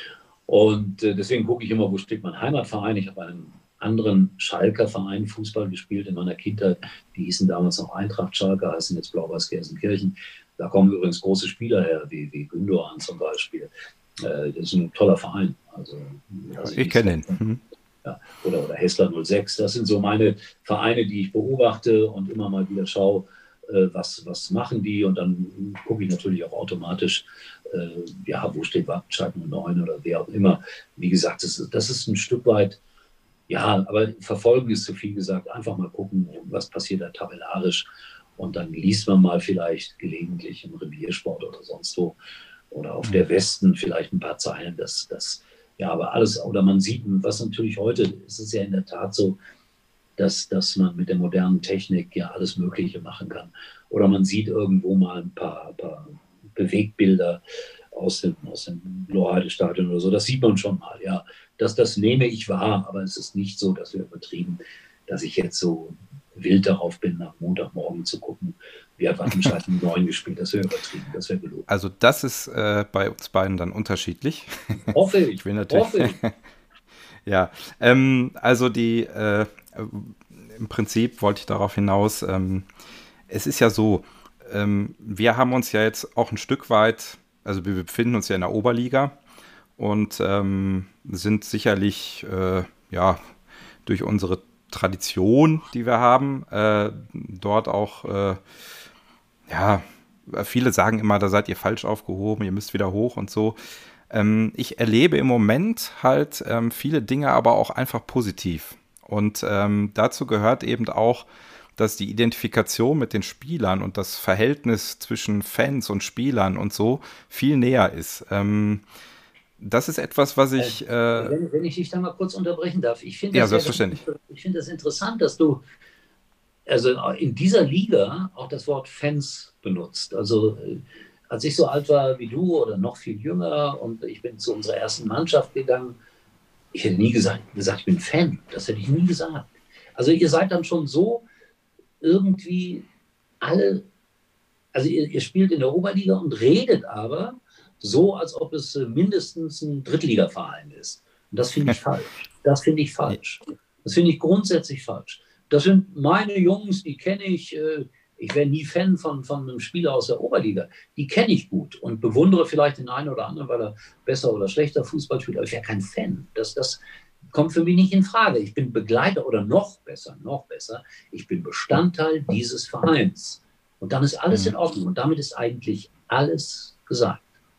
Und äh, deswegen gucke ich immer, wo steht mein Heimatverein. Ich habe einen anderen Schalker Verein Fußball gespielt in meiner Kindheit. Die hießen damals noch Eintracht Schalke, heißen jetzt Blau-Weiß Gelsenkirchen. Da kommen übrigens große Spieler her, wie, wie Gündogan zum Beispiel. Äh, das ist ein toller Verein. Also, also ich kenne ihn. Mhm. Ja, oder, oder Hessler null sechs. Das sind so meine Vereine, die ich beobachte und immer mal wieder schaue, äh, was, was machen die. Und dann gucke ich natürlich auch automatisch, äh, ja, wo steht Wattenscheid null neun oder wer auch immer. Wie gesagt, das ist, das ist ein Stück weit, ja, aber verfolgen ist zu viel gesagt. Einfach mal gucken, was passiert da tabellarisch. Und dann liest man mal vielleicht gelegentlich im Reviersport oder sonst wo oder auf der Westen vielleicht ein paar Zeilen, dass das ja, aber alles, oder man sieht, was natürlich heute ist es ja in der Tat so, dass, dass man mit der modernen Technik ja alles Mögliche machen kann. Oder man sieht irgendwo mal ein paar, paar Bewegtbilder aus dem, aus dem Lohrheide-Stadion oder so. Das sieht man schon mal, ja. Das, das nehme ich wahr, aber es ist nicht so, dass wir übertrieben, dass ich jetzt so wild darauf bin, nach Montagmorgen zu gucken, wie hat Wattenscheid um neun gespielt. Das wäre übertrieben, das wäre gelogen. Also das ist äh, bei uns beiden dann unterschiedlich. Hoffe ich, ich will natürlich. hoffe ich. Ja, ähm, also die, äh, im Prinzip wollte ich darauf hinaus, ähm, es ist ja so, ähm, wir haben uns ja jetzt auch ein Stück weit, also wir befinden uns ja in der Oberliga und ähm, sind sicherlich, äh, ja, durch unsere Tradition, die wir haben, äh, dort auch, äh, ja, viele sagen immer, da seid ihr falsch aufgehoben, ihr müsst wieder hoch und so. Ähm, ich erlebe im Moment halt ähm, viele Dinge aber auch einfach positiv. Und ähm, dazu gehört eben auch, dass die Identifikation mit den Spielern und das Verhältnis zwischen Fans und Spielern und so viel näher ist. Ähm, Das ist etwas, was ich... Äh, wenn, wenn ich dich da mal kurz unterbrechen darf. Ich finde ja, das, selbstverständlich. Ja, ich finde das interessant, dass du also in dieser Liga auch das Wort Fans benutzt. Also als ich so alt war wie du oder noch viel jünger und ich bin zu unserer ersten Mannschaft gegangen, ich hätte nie gesagt, gesagt, ich bin Fan. Das hätte ich nie gesagt. Also ihr seid dann schon so irgendwie alle, also ihr, ihr spielt in der Oberliga und redet aber so, als ob es mindestens ein Drittligaverein ist. Und das finde ich falsch. Das finde ich falsch. Das finde ich grundsätzlich falsch. Das sind meine Jungs, die kenne ich. Ich wäre nie Fan von, von einem Spieler aus der Oberliga. Die kenne ich gut und bewundere vielleicht den einen oder anderen, weil er besser oder schlechter Fußball spielt. Aber ich wäre kein Fan. Das, das kommt für mich nicht in Frage. Ich bin Begleiter oder noch besser, noch besser. Ich bin Bestandteil dieses Vereins. Und dann ist alles in Ordnung. Und damit ist eigentlich alles gesagt.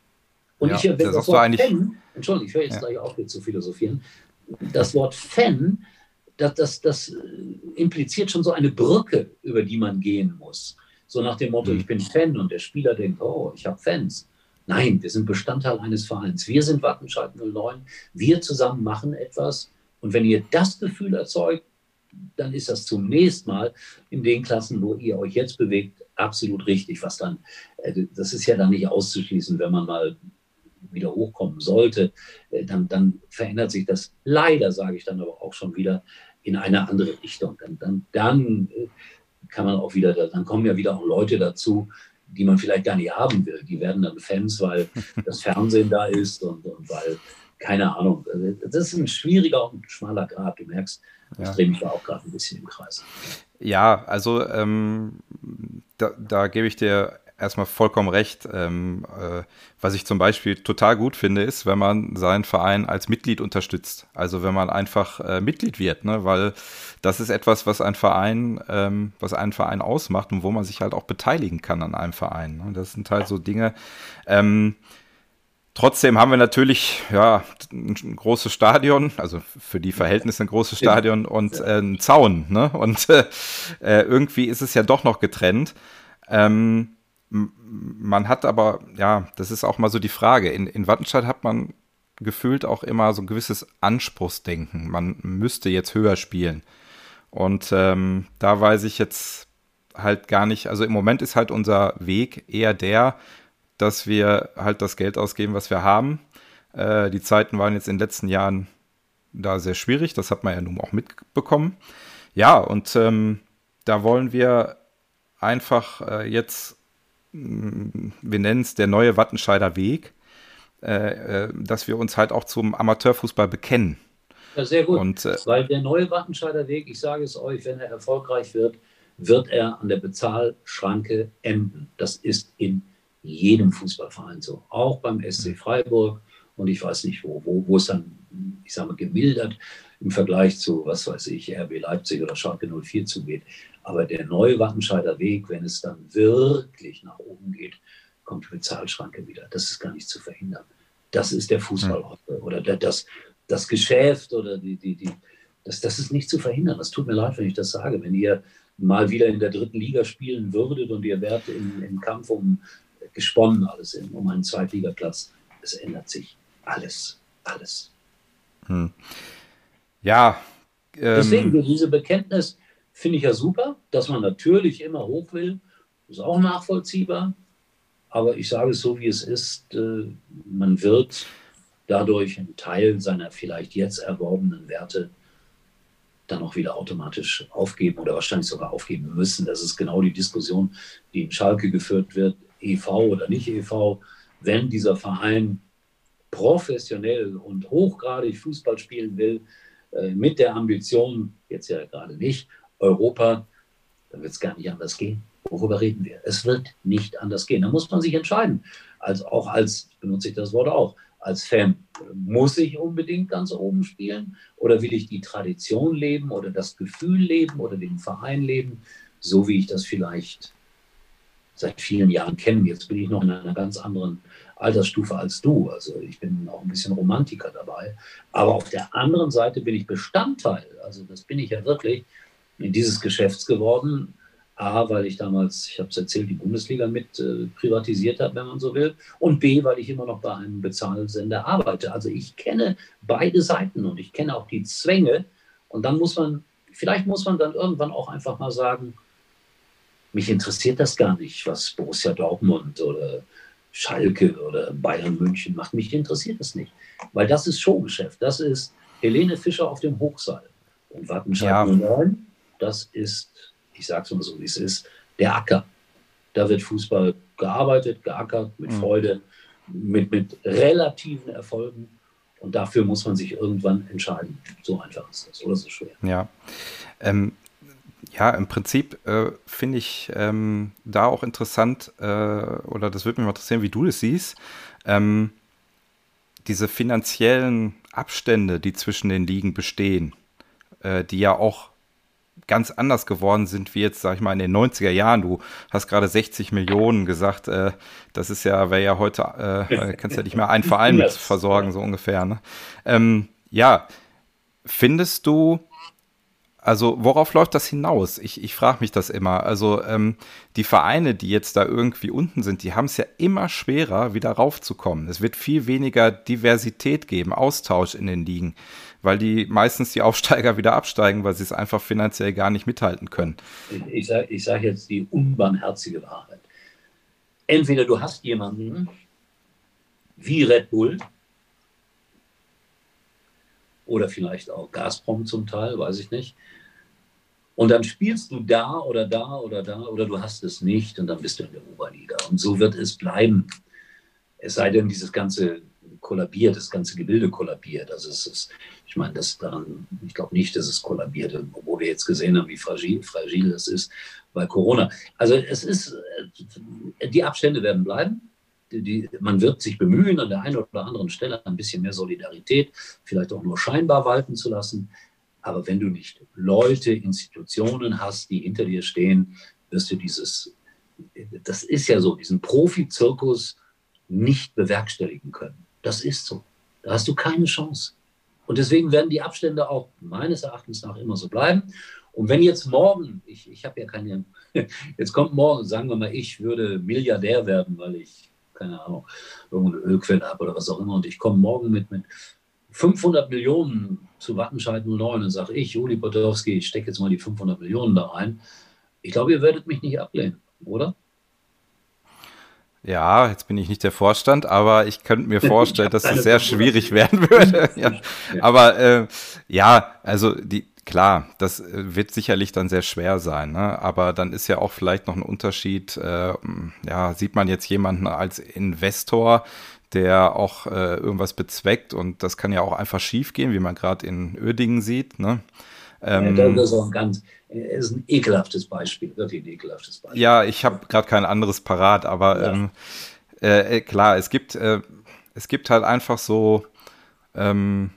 Und ja, ich wenn das das Wort eigentlich... Fan, Entschuldigung, ich höre jetzt ja. gleich auf, hier zu philosophieren. Das Wort Fan, das, das, das impliziert schon so eine Brücke, über die man gehen muss. So nach dem Motto, mhm. ich bin Fan und der Spieler denkt, oh, ich habe Fans. Nein, wir sind Bestandteil eines Vereins. Wir sind Wattenscheid null neun. Wir zusammen machen etwas. Und wenn ihr das Gefühl erzeugt, dann ist das zunächst mal in den Klassen, wo ihr euch jetzt bewegt, absolut richtig. Was dann, das ist ja dann nicht auszuschließen, wenn man mal wieder hochkommen sollte, dann, dann verändert sich das leider, sage ich dann aber auch schon wieder, in eine andere Richtung. Dann, dann, dann kann man auch wieder, dann kommen ja wieder auch Leute dazu, die man vielleicht gar nicht haben will. Die werden dann Fans, weil das Fernsehen da ist und, und weil, keine Ahnung, das ist ein schwieriger und schmaler Grat. Du merkst, ich ja. drehe mich da auch gerade ein bisschen im Kreis. Ja, also ähm, da, da gebe ich dir erstmal vollkommen recht. Ähm, äh, was ich zum Beispiel total gut finde, ist, wenn man seinen Verein als Mitglied unterstützt. Also wenn man einfach äh, Mitglied wird, ne? Weil das ist etwas, was ein Verein, ähm, was einen Verein ausmacht und wo man sich halt auch beteiligen kann an einem Verein. Ne? Das sind halt so Dinge. Ähm, Trotzdem haben wir natürlich ja ein großes Stadion, also für die Verhältnisse ein großes Stadion und äh, einen Zaun, ne? Und äh, irgendwie ist es ja doch noch getrennt. Ähm, man hat aber, ja, das ist auch mal so die Frage. In, in Wattenscheid hat man gefühlt auch immer so ein gewisses Anspruchsdenken. Man müsste jetzt höher spielen. Und ähm, da weiß ich jetzt halt gar nicht, also im Moment ist halt unser Weg eher der, dass wir halt das Geld ausgeben, was wir haben. Äh, die Zeiten waren jetzt in den letzten Jahren da sehr schwierig, das hat man ja nun auch mitbekommen. Ja, und ähm, da wollen wir einfach äh, jetzt, mh, wir nennen es der neue Wattenscheider Weg, äh, äh, dass wir uns halt auch zum Amateurfußball bekennen. Ja, sehr gut, und, äh, weil der neue Wattenscheider Weg, ich sage es euch, wenn er erfolgreich wird, wird er an der Bezahlschranke enden. Das ist in jedem Fußballverein so, auch beim S C Freiburg und ich weiß nicht wo, wo, wo es dann, ich sage mal, gemildert im Vergleich zu, was weiß ich, R B Leipzig oder Schalke null vier zugeht. Aber der neue Wattenscheider Weg, wenn es dann wirklich nach oben geht, kommt die Bezahlschranke wieder. Das ist gar nicht zu verhindern. Das ist der Fußball heute. Oder das, das Geschäft oder die, die, die, das, das ist nicht zu verhindern. Das tut mir leid, wenn ich das sage. Wenn ihr mal wieder in der dritten Liga spielen würdet und ihr wärt im, im Kampf um gesponnen alles um einen Zweitligaplatz. Es ändert sich alles, alles. Hm. Ja. Ähm, Deswegen, diese Bekenntnis finde ich ja super, dass man natürlich immer hoch will, ist auch nachvollziehbar, aber ich sage es so, wie es ist, äh, man wird dadurch einen Teil seiner vielleicht jetzt erworbenen Werte dann auch wieder automatisch aufgeben oder wahrscheinlich sogar aufgeben müssen. Das ist genau die Diskussion, die in Schalke geführt wird, E V oder nicht E V, wenn dieser Verein professionell und hochgradig Fußball spielen will, äh, mit der Ambition, jetzt ja gerade nicht, Europa, dann wird es gar nicht anders gehen. Worüber reden wir? Es wird nicht anders gehen. Da muss man sich entscheiden. Als, auch als, benutze ich das Wort auch, als Fan, muss ich unbedingt ganz oben spielen oder will ich die Tradition leben oder das Gefühl leben oder den Verein leben, so wie ich das vielleicht seit vielen Jahren kenne. Jetzt bin ich noch in einer ganz anderen Altersstufe als du. Also ich bin auch ein bisschen Romantiker dabei. Aber auf der anderen Seite bin ich Bestandteil, also das bin ich ja wirklich, in dieses Geschäfts geworden. A, weil ich damals, ich habe es erzählt, die Bundesliga mit äh, privatisiert habe, wenn man so will. Und B, weil ich immer noch bei einem Bezahlsender arbeite. Also ich kenne beide Seiten und ich kenne auch die Zwänge. Und dann muss man vielleicht muss man dann irgendwann auch einfach mal sagen, mich interessiert das gar nicht, was Borussia Dortmund oder Schalke oder Bayern München macht. Mich interessiert das nicht, weil das ist Showgeschäft. Das ist Helene Fischer auf dem Hochseil. Und Wattenscheid null neun, das ist, ich sage es mal so, wie es ist, der Acker. Da wird Fußball gearbeitet, geackert, mit Freude, mit, mit relativen Erfolgen. Und dafür muss man sich irgendwann entscheiden. So einfach ist das, oder so schwer. Ja, ähm, ja im Prinzip äh, finde ich ähm, da auch interessant, äh, oder das würde mich mal interessieren, wie du das siehst, ähm, diese finanziellen Abstände, die zwischen den Ligen bestehen, äh, die ja auch ganz anders geworden sind wie jetzt, sag ich mal, in den neunziger Jahren. Du hast gerade sechzig Millionen gesagt, äh, das ist ja, wäre ja heute, äh, kannst ja nicht mehr einen Verein mit versorgen, so ungefähr. Ne? Ähm, ja, findest du, also worauf läuft das hinaus? Ich, ich frage mich das immer. Also ähm, die Vereine, die jetzt da irgendwie unten sind, die haben es ja immer schwerer, wieder raufzukommen. Es wird viel weniger Diversität geben, Austausch in den Ligen, weil die meistens die Aufsteiger wieder absteigen, weil sie es einfach finanziell gar nicht mithalten können. Ich sage ich sag jetzt die unbarmherzige Wahrheit. Entweder du hast jemanden wie Red Bull oder vielleicht auch Gazprom zum Teil, weiß ich nicht. Und dann spielst du da oder da oder da oder du hast es nicht und dann bist du in der Oberliga. Und so wird es bleiben. Es sei denn, dieses ganze kollabiert, das ganze Gebilde kollabiert. Also es ist, ich meine, das daran, ich glaube nicht, dass es kollabiert, obwohl wir jetzt gesehen haben, wie fragil, fragil das ist bei Corona. Also es ist, die Abstände werden bleiben. Die, die, man wird sich bemühen, an der einen oder anderen Stelle ein bisschen mehr Solidarität, vielleicht auch nur scheinbar walten zu lassen. Aber wenn du nicht Leute, Institutionen hast, die hinter dir stehen, wirst du dieses, das ist ja so, diesen Profizirkus nicht bewerkstelligen können. Das ist so. Da hast du keine Chance. Und deswegen werden die Abstände auch meines Erachtens nach immer so bleiben. Und wenn jetzt morgen, ich, ich habe ja keine, jetzt kommt morgen, sagen wir mal, ich würde Milliardär werden, weil ich, keine Ahnung, irgendeine Ölquelle habe oder was auch immer. Und ich komme morgen mit, mit fünfhundert Millionen zu Wattenscheid null neun und sage ich, Uli Potowski, ich stecke jetzt mal die fünfhundert Millionen da rein. Ich glaube, ihr werdet mich nicht ablehnen, oder? Ja, jetzt bin ich nicht der Vorstand, aber ich könnte mir vorstellen, dass es sehr schwierig werden würde. Ja. Aber äh, ja, also die klar, das wird sicherlich dann sehr schwer sein, ne? Aber dann ist ja auch vielleicht noch ein Unterschied, äh, ja, sieht man jetzt jemanden als Investor, der auch äh, irgendwas bezweckt und das kann ja auch einfach schief gehen, wie man gerade in Uerdingen sieht, ne? Ähm, ja, das ist auch ein ganz, ist ein ekelhaftes Beispiel, wirklich ein ekelhaftes Beispiel. Ja, ich habe gerade kein anderes parat, aber ja. ähm, äh, klar, es gibt, äh, es gibt halt einfach so, ähm,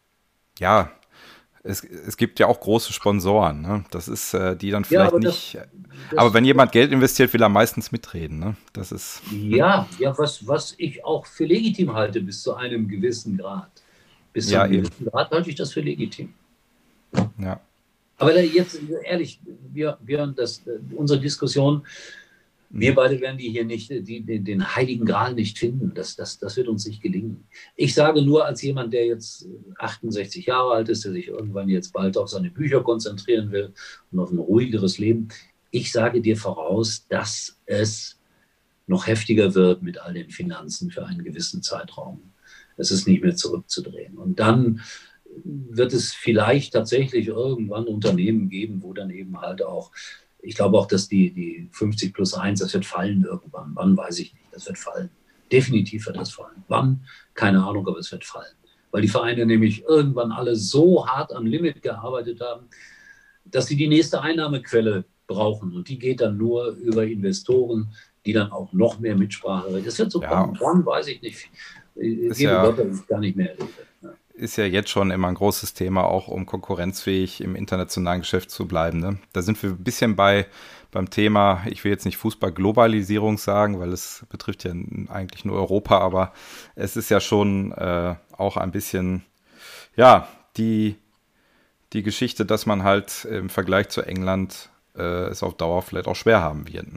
ja, es, es gibt ja auch große Sponsoren, ne? Das ist, äh, die dann vielleicht ja, aber nicht, das, das, aber wenn jemand Geld investiert, will er meistens mitreden, ne? Das ist. Ja, ja, was, was ich auch für legitim halte, bis zu einem gewissen Grad. Bis zu ja, einem eben. gewissen Grad halte ich das für legitim. Ja. Aber jetzt, ehrlich, wir, wir das, unsere Diskussion, wir beide werden die hier nicht, die, den, den heiligen Gral nicht finden. Das, das, das wird uns nicht gelingen. Ich sage nur als jemand, der jetzt achtundsechzig Jahre alt ist, der sich irgendwann jetzt bald auf seine Bücher konzentrieren will und auf ein ruhigeres Leben. Ich sage dir voraus, dass es noch heftiger wird mit all den Finanzen für einen gewissen Zeitraum. Es ist nicht mehr zurückzudrehen. Und dann wird es vielleicht tatsächlich irgendwann Unternehmen geben, wo dann eben halt auch, ich glaube auch, dass die, die fünfzig plus eins, das wird fallen irgendwann. Wann, weiß ich nicht. Das wird fallen. Definitiv wird das fallen. Wann? Keine Ahnung, aber es wird fallen. Weil die Vereine nämlich irgendwann alle so hart am Limit gearbeitet haben, dass sie die nächste Einnahmequelle brauchen. Und die geht dann nur über Investoren, die dann auch noch mehr Mitsprache haben. Das wird so ja. kommen. Wann, weiß ich nicht. Ich gebe ja. Gott, dass ich gar nicht mehr erlebe. Ja. Ist ja jetzt schon immer ein großes Thema, auch um konkurrenzfähig im internationalen Geschäft zu bleiben. Ne? Da sind wir ein bisschen bei beim Thema, ich will jetzt nicht Fußball-Globalisierung sagen, weil es betrifft ja eigentlich nur Europa, aber es ist ja schon äh, auch ein bisschen, ja, die, die Geschichte, dass man halt im Vergleich zu England äh, es auf Dauer vielleicht auch schwer haben wird. Ne?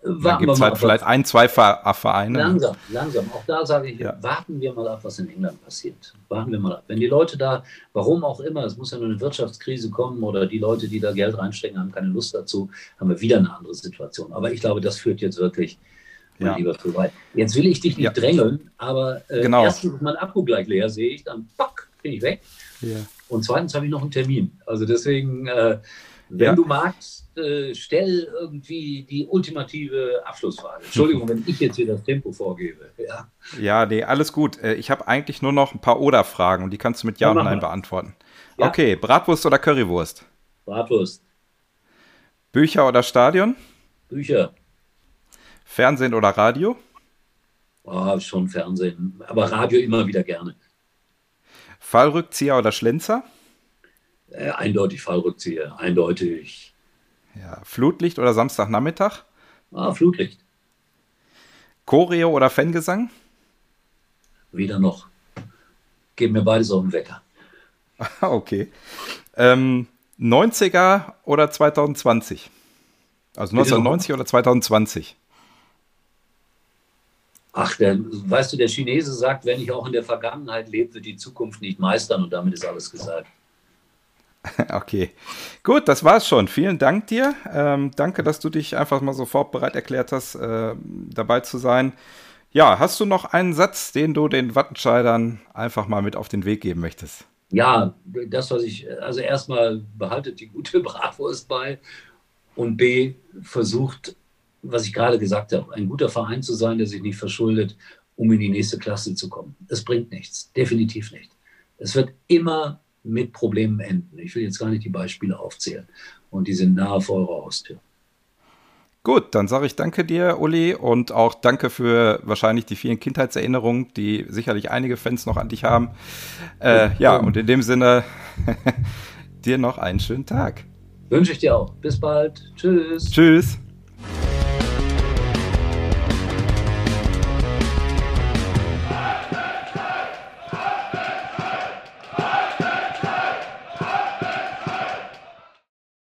Dann gibt es halt vielleicht ein, zwei Vereine. Langsam, langsam. Auch da sage ich, ja. warten wir mal ab, was in England passiert. Warten wir mal ab. Wenn die Leute da, warum auch immer, es muss ja nur eine Wirtschaftskrise kommen oder die Leute, die da Geld reinstecken, haben keine Lust dazu, haben wir wieder eine andere Situation. Aber ich glaube, das führt jetzt wirklich ja. lieber zu weit. Jetzt will ich dich nicht ja. drängeln, aber äh, genau. erstens ist mein Akku gleich leer, sehe ich, dann pack, bin ich weg. Ja. Und zweitens habe ich noch einen Termin. Also deswegen, äh, wenn ja. du magst, äh, stell irgendwie die ultimative Abschlussfrage. Entschuldigung, wenn ich jetzt hier das Tempo vorgebe. Ja, ja nee, alles gut. Ich habe eigentlich nur noch ein paar Oder-Fragen und die kannst du mit Ja, ja und Nein beantworten. Ja. Okay, Bratwurst oder Currywurst? Bratwurst. Bücher oder Stadion? Bücher. Fernsehen oder Radio? Oh, schon Fernsehen, aber Radio immer wieder gerne. Fallrückzieher oder Schlenzer? Äh, eindeutig Fallrückzieher, eindeutig. Ja, Flutlicht oder Samstagnachmittag? Ah, Flutlicht. Choreo oder Fangesang? Weder noch. Geben mir beides auf den Wecker. Okay. Ähm, neunziger oder zwanzig zwanzig? Also neunzehnhundertneunzig oder zwanzig zwanzig? Ach, der, weißt du, der Chinese sagt, wenn ich auch in der Vergangenheit lebe, wird die Zukunft nicht meistern und damit ist alles gesagt. Okay, gut, das war's schon. Vielen Dank dir. Ähm, danke, dass du dich einfach mal sofort bereit erklärt hast, äh, dabei zu sein. Ja, hast du noch einen Satz, den du den Wattenscheidern einfach mal mit auf den Weg geben möchtest? Ja, das, was ich, also erstmal behaltet die gute Bratwurst bei und B, versucht, was ich gerade gesagt habe, ein guter Verein zu sein, der sich nicht verschuldet, um in die nächste Klasse zu kommen. Es bringt nichts, definitiv nicht. Es wird immer mit Problemen enden. Ich will jetzt gar nicht die Beispiele aufzählen. Und die sind nahe vor eurer Haustür. Gut, dann sage ich danke dir, Uli, und auch danke für wahrscheinlich die vielen Kindheitserinnerungen, die sicherlich einige Fans noch an dich haben. Äh, ja, und in dem Sinne, dir noch einen schönen Tag. Wünsche ich dir auch. Bis bald. Tschüss. Tschüss.